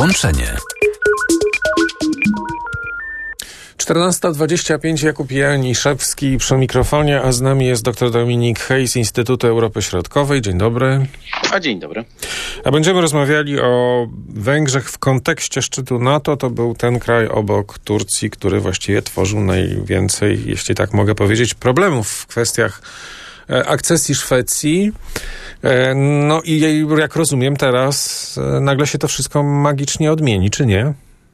Łączenie. 14:25, Jakub Janiszewski przy mikrofonie, a z nami jest dr Dominik Hej z Instytutu Europy Środkowej. Dzień dobry. Dzień dobry. A będziemy rozmawiali o Węgrzech w kontekście szczytu NATO. To był ten kraj obok Turcji, który właściwie tworzył najwięcej, jeśli tak mogę powiedzieć, problemów w kwestiach akcesji Szwecji. No i jak rozumiem, teraz nagle się to wszystko magicznie odmieni, czy nie?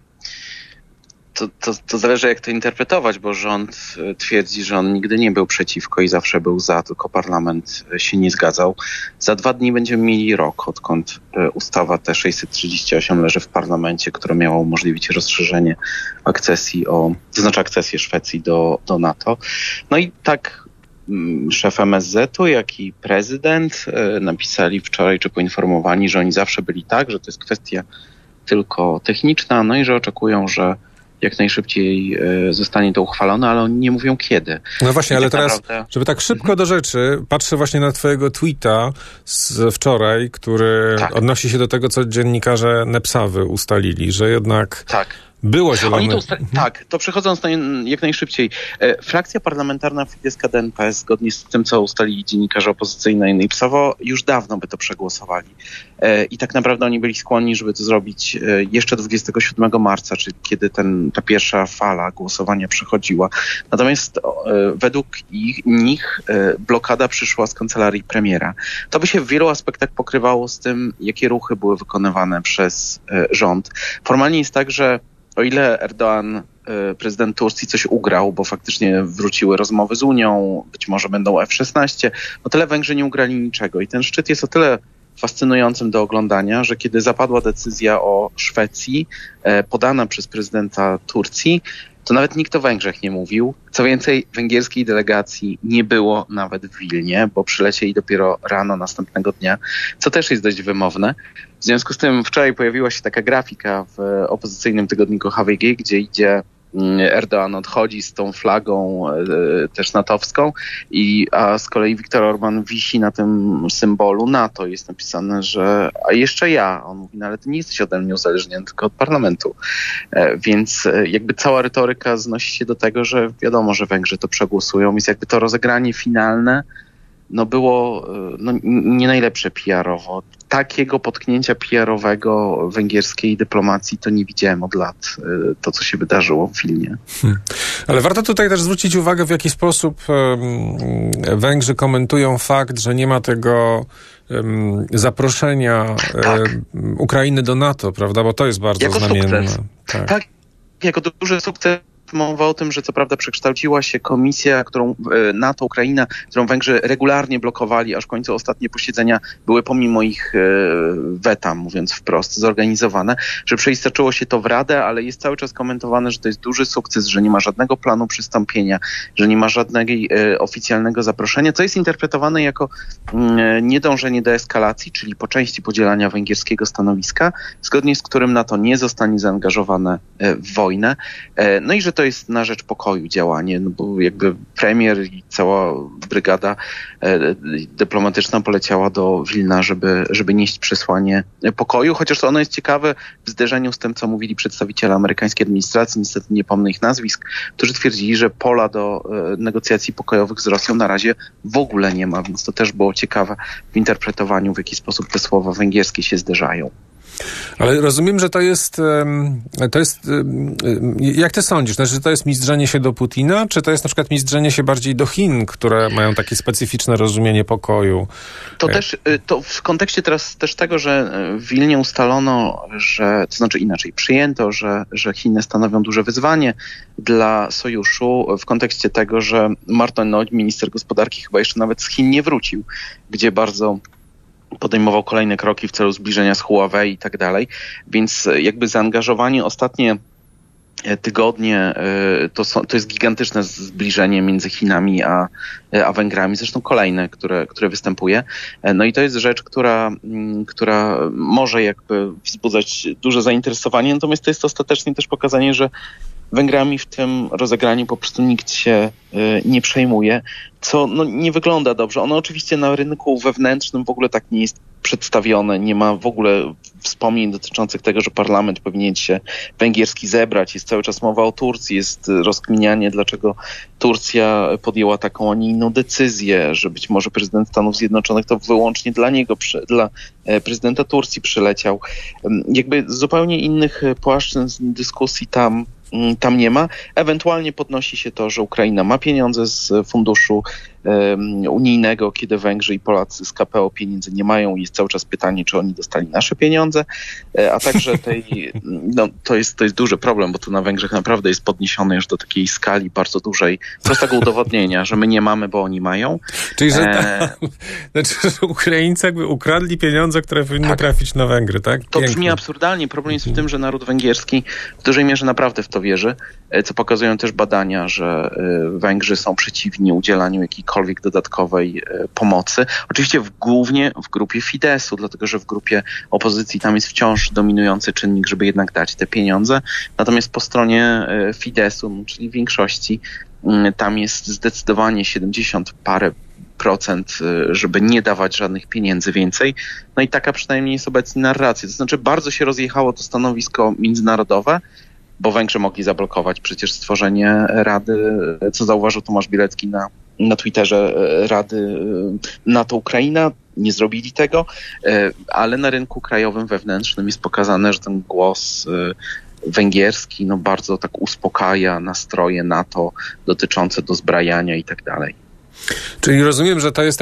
To zależy, jak to interpretować, bo rząd twierdzi, że on nigdy nie był przeciwko i zawsze był za, tylko parlament się nie zgadzał. Za 2 dni będziemy mieli rok, odkąd ustawa T638 leży w parlamencie, która miała umożliwić rozszerzenie akcesji akcesję Szwecji do NATO. No i tak szef MSZ-u, jak i prezydent napisali wczoraj, czy poinformowani, że oni zawsze byli tak, że to jest kwestia tylko techniczna, no i że oczekują, że jak najszybciej zostanie to uchwalone, ale oni nie mówią kiedy. No właśnie, ale teraz, żeby tak szybko do rzeczy, patrzę właśnie na twojego tweeta z wczoraj, który odnosi się do tego, co dziennikarze Nepsawy ustalili, że jednak było zielone. To przechodząc jak najszybciej. Frakcja parlamentarna Fidesz-KDNP, zgodnie z tym, co ustalili dziennikarze opozycyjnej Nepsawo, już dawno by to przegłosowali. I tak naprawdę oni byli skłonni, żeby to zrobić jeszcze 27 marca, czyli kiedy ta pierwsza fala głosowania przechodziła. Natomiast według nich blokada przyszła z kancelarii premiera. To by się w wielu aspektach pokrywało z tym, jakie ruchy były wykonywane przez rząd. Formalnie jest tak, że o ile Erdoğan, prezydent Turcji, coś ugrał, bo faktycznie wróciły rozmowy z Unią, być może będą F-16, o tyle Węgrzy nie ugrali niczego. I ten szczyt jest o tyle fascynującym do oglądania, że kiedy zapadła decyzja o Szwecji, podana przez prezydenta Turcji, to nawet nikt o Węgrzech nie mówił. Co więcej, węgierskiej delegacji nie było nawet w Wilnie, bo przylecieli dopiero rano następnego dnia, co też jest dość wymowne. W związku z tym wczoraj pojawiła się taka grafika w opozycyjnym tygodniku HVG, gdzie idzie Erdoğan, odchodzi z tą flagą też natowską, a z kolei Viktor Orban wisi na tym symbolu NATO. Jest napisane, że a jeszcze ja. On mówi, no ale ty nie jesteś ode mnie uzależniony, tylko od parlamentu. Więc jakby cała retoryka znosi się do tego, że wiadomo, że Węgrzy to przegłosują. Więc jakby to rozegranie finalne było nie najlepsze PR-owo. Takiego potknięcia PR-owego węgierskiej dyplomacji to nie widziałem od lat, to co się wydarzyło w Wilnie. Ale warto tutaj też zwrócić uwagę, w jaki sposób Węgrzy komentują fakt, że nie ma tego zaproszenia Ukrainy do NATO, prawda? Bo to jest bardzo znamienne. Tak, jako duży sukces. Mowa o tym, że co prawda przekształciła się komisja, NATO-Ukraina, którą Węgrzy regularnie blokowali, aż w końcu ostatnie posiedzenia były pomimo ich weta, mówiąc wprost, zorganizowane, że przeistoczyło się to w Radę, ale jest cały czas komentowane, że to jest duży sukces, że nie ma żadnego planu przystąpienia, że nie ma żadnego oficjalnego zaproszenia, co jest interpretowane jako niedążenie do eskalacji, czyli po części podzielania węgierskiego stanowiska, zgodnie z którym NATO nie zostanie zaangażowane w wojnę. No i że to jest na rzecz pokoju działanie, no bo jakby premier i cała brygada dyplomatyczna poleciała do Wilna, żeby nieść przesłanie pokoju, chociaż ono jest ciekawe w zderzeniu z tym, co mówili przedstawiciele amerykańskiej administracji, niestety nie pomnę ich nazwisk, którzy twierdzili, że pola do negocjacji pokojowych z Rosją na razie w ogóle nie ma, więc to też było ciekawe w interpretowaniu, w jaki sposób te słowa węgierskie się zderzają. Ale rozumiem, że to jest jak ty sądzisz, znaczy, że to jest mizdrzenie się do Putina, czy to jest na przykład mizdrzenie się bardziej do Chin, które mają takie specyficzne rozumienie pokoju? To w kontekście teraz też tego, że w Wilnie ustalono, to znaczy inaczej, przyjęto, że Chiny stanowią duże wyzwanie dla sojuszu, w kontekście tego, że Martin Nagy, minister gospodarki, chyba jeszcze nawet z Chin nie wrócił, gdzie bardzo podejmował kolejne kroki w celu zbliżenia z Huawei i tak dalej, więc jakby zaangażowanie ostatnie tygodnie to jest gigantyczne zbliżenie między Chinami a Węgrami, zresztą kolejne, które występuje. No i to jest rzecz, która może jakby wzbudzać duże zainteresowanie, natomiast to jest ostatecznie też pokazanie, że Węgrami w tym rozegraniu po prostu nikt się nie przejmuje, co nie wygląda dobrze. Ono oczywiście na rynku wewnętrznym w ogóle tak nie jest przedstawione, nie ma w ogóle wspomnień dotyczących tego, że parlament powinien się węgierski zebrać. Jest cały czas mowa o Turcji, jest rozkminianie, dlaczego Turcja podjęła taką, a nie inną decyzję, że być może prezydent Stanów Zjednoczonych to wyłącznie dla niego, dla prezydenta Turcji przyleciał. Jakby zupełnie innych płaszczyzn dyskusji tam nie ma. Ewentualnie podnosi się to, że Ukraina ma pieniądze z funduszu unijnego, kiedy Węgrzy i Polacy z KPO pieniędzy nie mają. Jest cały czas pytanie, czy oni dostali nasze pieniądze, a także to jest duży problem, bo tu na Węgrzech naprawdę jest podniesione już do takiej skali bardzo dużej, prostego udowodnienia, że my nie mamy, bo oni mają. Czyli, że Ukraińcy jakby ukradli pieniądze, które powinny trafić na Węgry, tak? To brzmi absurdalnie. Problem jest w tym, że naród węgierski w dużej mierze naprawdę w to wierzy, co pokazują też badania, że Węgrzy są przeciwni udzielaniu jakiejkolwiek dodatkowej pomocy. Oczywiście głównie w grupie Fideszu, dlatego że w grupie opozycji tam jest wciąż dominujący czynnik, żeby jednak dać te pieniądze. Natomiast po stronie Fideszu, czyli większości, tam jest zdecydowanie 70 parę procent, żeby nie dawać żadnych pieniędzy więcej. No i taka przynajmniej jest obecnie narracja. To znaczy bardzo się rozjechało to stanowisko międzynarodowe, bo Węgrzy mogli zablokować przecież stworzenie Rady, co zauważył Tomasz Bielecki na Twitterze, Rady NATO-Ukraina. Nie zrobili tego, ale na rynku krajowym, wewnętrznym jest pokazane, że ten głos węgierski bardzo tak uspokaja nastroje NATO dotyczące dozbrajania i tak dalej. Czyli rozumiem, że to jest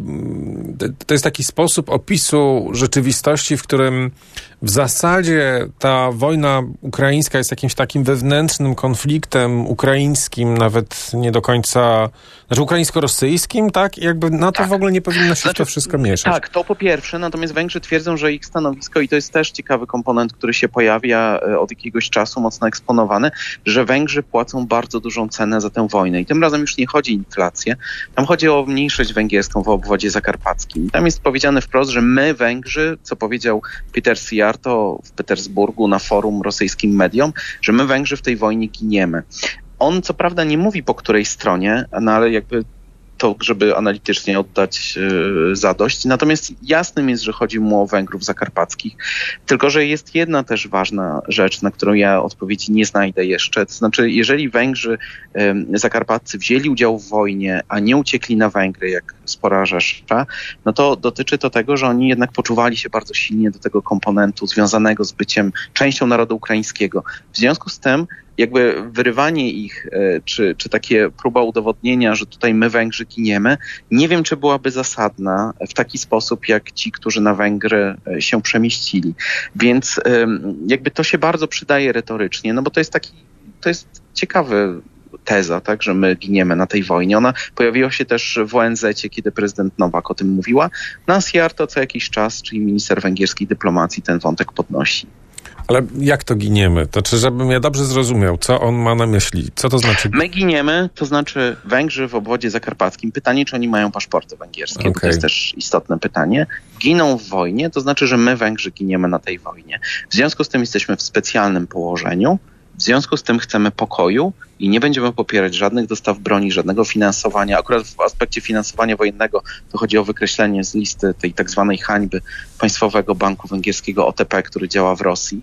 taki sposób opisu rzeczywistości, w którym w zasadzie ta wojna ukraińska jest jakimś takim wewnętrznym konfliktem ukraińskim, nawet nie do końca, ukraińsko-rosyjskim, tak? I jakby NATO w ogóle nie powinno się w to wszystko mieszać. Tak, to po pierwsze, natomiast Węgrzy twierdzą, że ich stanowisko, i to jest też ciekawy komponent, który się pojawia od jakiegoś czasu, mocno eksponowany, że Węgrzy płacą bardzo dużą cenę za tę wojnę. I tym razem już nie chodzi o inflację, tam chodzi o mniejszość węgierską w obwodzie zakarpackim. Tam jest powiedziane wprost, że my, Węgrzy, co powiedział Peter Szijjártó w Petersburgu na forum rosyjskim mediom, że my, Węgrzy, w tej wojnie giniemy. On co prawda nie mówi po której stronie, ale jakby to, żeby analitycznie oddać zadość. Natomiast jasnym jest, że chodzi mu o Węgrów zakarpackich. Tylko że jest jedna też ważna rzecz, na którą ja odpowiedzi nie znajdę jeszcze. To znaczy, jeżeli Węgrzy zakarpaccy wzięli udział w wojnie, a nie uciekli na Węgry, jak spora rzesza, no to dotyczy to tego, że oni jednak poczuwali się bardzo silnie do tego komponentu związanego z byciem częścią narodu ukraińskiego. W związku z tym jakby wyrywanie ich, czy takie próba udowodnienia, że tutaj my, Węgrzy, giniemy, nie wiem, czy byłaby zasadna w taki sposób, jak ci, którzy na Węgry się przemieścili. Więc jakby to się bardzo przydaje retorycznie, no bo to jest ciekawy teza, tak, że my giniemy na tej wojnie. Ona pojawiła się też w ONZ-cie, kiedy prezydent Nowak o tym mówiła. Szijjártó co jakiś czas, czyli minister węgierskiej dyplomacji, ten wątek podnosi. Ale jak to giniemy? To czy żebym ja dobrze zrozumiał, co on ma na myśli? Co to znaczy? My giniemy, to znaczy Węgrzy w obwodzie zakarpackim. Pytanie, czy oni mają paszporty węgierskie, bo to jest też istotne pytanie. Giną w wojnie, to znaczy, że my, Węgrzy, giniemy na tej wojnie. W związku z tym jesteśmy w specjalnym położeniu. W związku z tym chcemy pokoju i nie będziemy popierać żadnych dostaw broni, żadnego finansowania. Akurat w aspekcie finansowania wojennego to chodzi o wykreślenie z listy tej tak zwanej hańby Państwowego Banku Węgierskiego OTP, który działa w Rosji.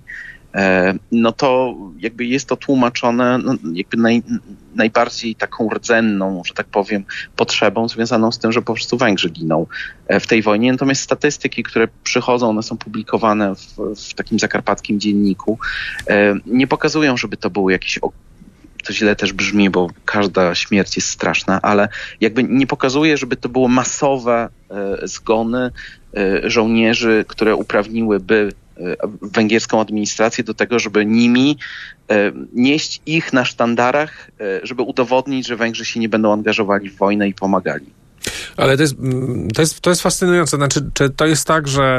No to jakby jest to tłumaczone jakby najbardziej taką rdzenną, że tak powiem, potrzebą związaną z tym, że po prostu Węgrzy giną w tej wojnie. Natomiast statystyki, które przychodzą, one są publikowane w takim zakarpackim dzienniku, nie pokazują, żeby to były jakieś... To źle też brzmi, bo każda śmierć jest straszna, ale jakby nie pokazuje, żeby to było masowe zgony żołnierzy, które uprawniłyby węgierską administrację do tego, żeby nimi nieść ich na sztandarach, żeby udowodnić, że Węgrzy się nie będą angażowali w wojnę i pomagali. Ale to jest fascynujące. Znaczy, czy to jest tak, że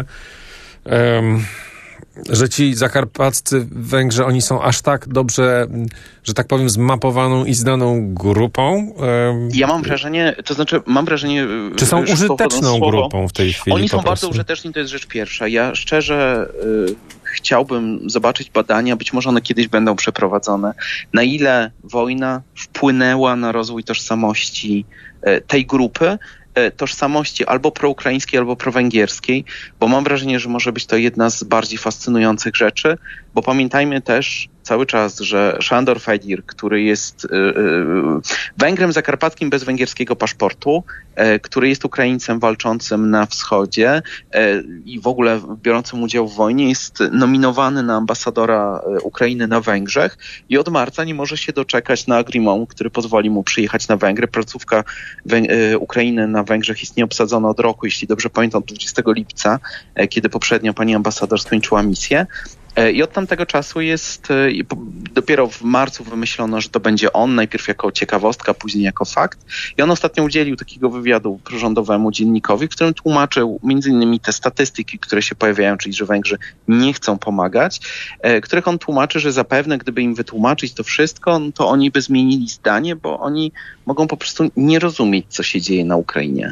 ci zakarpaccy Węgrzy, oni są aż tak dobrze, że tak powiem, zmapowaną i znaną grupą? Ja mam wrażenie, czy są użyteczną grupą w tej chwili? Oni są bardzo użyteczni, to jest rzecz pierwsza. Ja szczerze chciałbym zobaczyć badania, być może one kiedyś będą przeprowadzone, na ile wojna wpłynęła na rozwój tożsamości tej grupy. tożsamości albo proukraińskiej, albo prowęgierskiej, bo mam wrażenie, że może być to jedna z bardziej fascynujących rzeczy, bo pamiętajmy też cały czas, że Sándor Fejér, który jest Węgrem zakarpackim bez węgierskiego paszportu, który jest Ukraińcem walczącym na wschodzie i w ogóle biorącym udział w wojnie, jest nominowany na ambasadora Ukrainy na Węgrzech i od marca nie może się doczekać na agreement, który pozwoli mu przyjechać na Węgry. Placówka Ukrainy na Węgrzech jest nieobsadzona od roku, jeśli dobrze pamiętam, 20 lipca, kiedy poprzednio pani ambasador skończyła misję. I od tamtego czasu dopiero w marcu wymyślono, że to będzie on, najpierw jako ciekawostka, później jako fakt. I on ostatnio udzielił takiego wywiadu prorządowemu dziennikowi, w którym tłumaczył między innymi te statystyki, które się pojawiają, czyli że Węgrzy nie chcą pomagać, których on tłumaczy, że zapewne gdyby im wytłumaczyć to wszystko, to oni by zmienili zdanie, bo oni mogą po prostu nie rozumieć, co się dzieje na Ukrainie.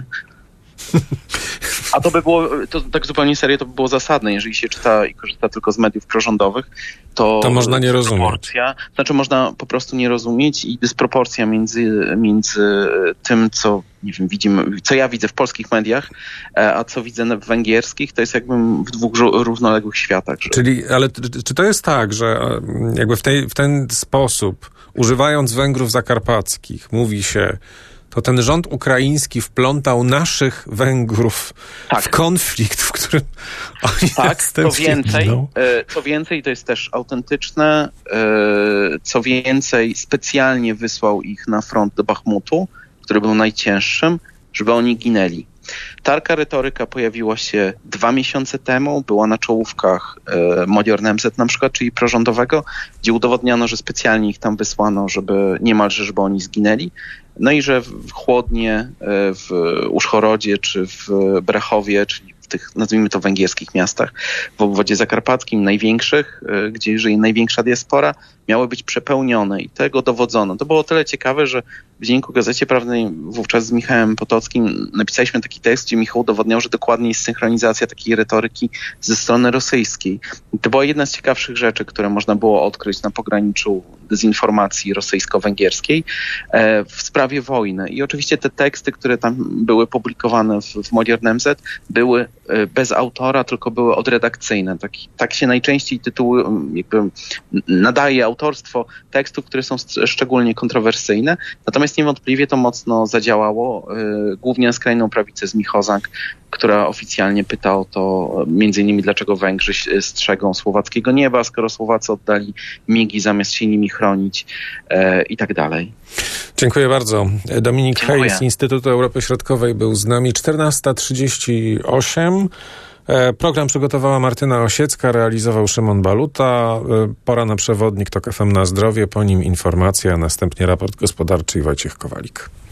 A to by było, to tak zupełnie serio, to by było zasadne. Jeżeli się czyta i korzysta tylko z mediów prorządowych, to można nie rozumieć. Znaczy można po prostu nie rozumieć i dysproporcja między tym, co nie wiem, co ja widzę w polskich mediach, a co widzę w węgierskich, to jest jakbym w dwóch równoległych światach. Czyli, ale czy to jest tak, że jakby w ten sposób, używając Węgrów zakarpackich, mówi się, to ten rząd ukraiński wplątał naszych Węgrów w konflikt, w którym oni co więcej, to jest też autentyczne, co więcej, specjalnie wysłał ich na front do Bachmutu, który był najcięższym, żeby oni ginęli. Taka retoryka pojawiła się 2 miesiące temu, była na czołówkach Magyar Nemzet na przykład, czyli prorządowego, gdzie udowodniono, że specjalnie ich tam wysłano, żeby oni zginęli. No i że w Chłodnie, w Uszhorodzie czy w Brechowie, czyli w tych, nazwijmy to, węgierskich miastach w obwodzie zakarpackim, największych, gdzie żyje największa diaspora, miały być przepełnione i tego dowodzono. To było tyle ciekawe, że w Dzienniku Gazecie Prawnej wówczas z Michałem Potockim napisaliśmy taki tekst, gdzie Michał udowodniał, że dokładnie jest synchronizacja takiej retoryki ze strony rosyjskiej. I to była jedna z ciekawszych rzeczy, które można było odkryć na pograniczu dezinformacji rosyjsko-węgierskiej w sprawie wojny. I oczywiście te teksty, które tam były publikowane w Magyar Nemzet, były bez autora, tylko były odredakcyjne. Tak się najczęściej jakby nadaje autorstwo tekstów, które są szczególnie kontrowersyjne. Natomiast niewątpliwie to mocno zadziałało, głównie na skrajną prawicę z Michozank, która oficjalnie pyta o to między innymi, dlaczego Węgrzy strzegą słowackiego nieba, skoro Słowacy oddali migi zamiast się nimi chronić i tak dalej. Dziękuję bardzo. Dominik Hej z Instytutu Europy Środkowej był z nami. 14:38. Program przygotowała Martyna Osiecka, realizował Szymon Baluta. Pora na przewodnik TOK FM na zdrowie, po nim informacja, a następnie raport gospodarczy i Wojciech Kowalik.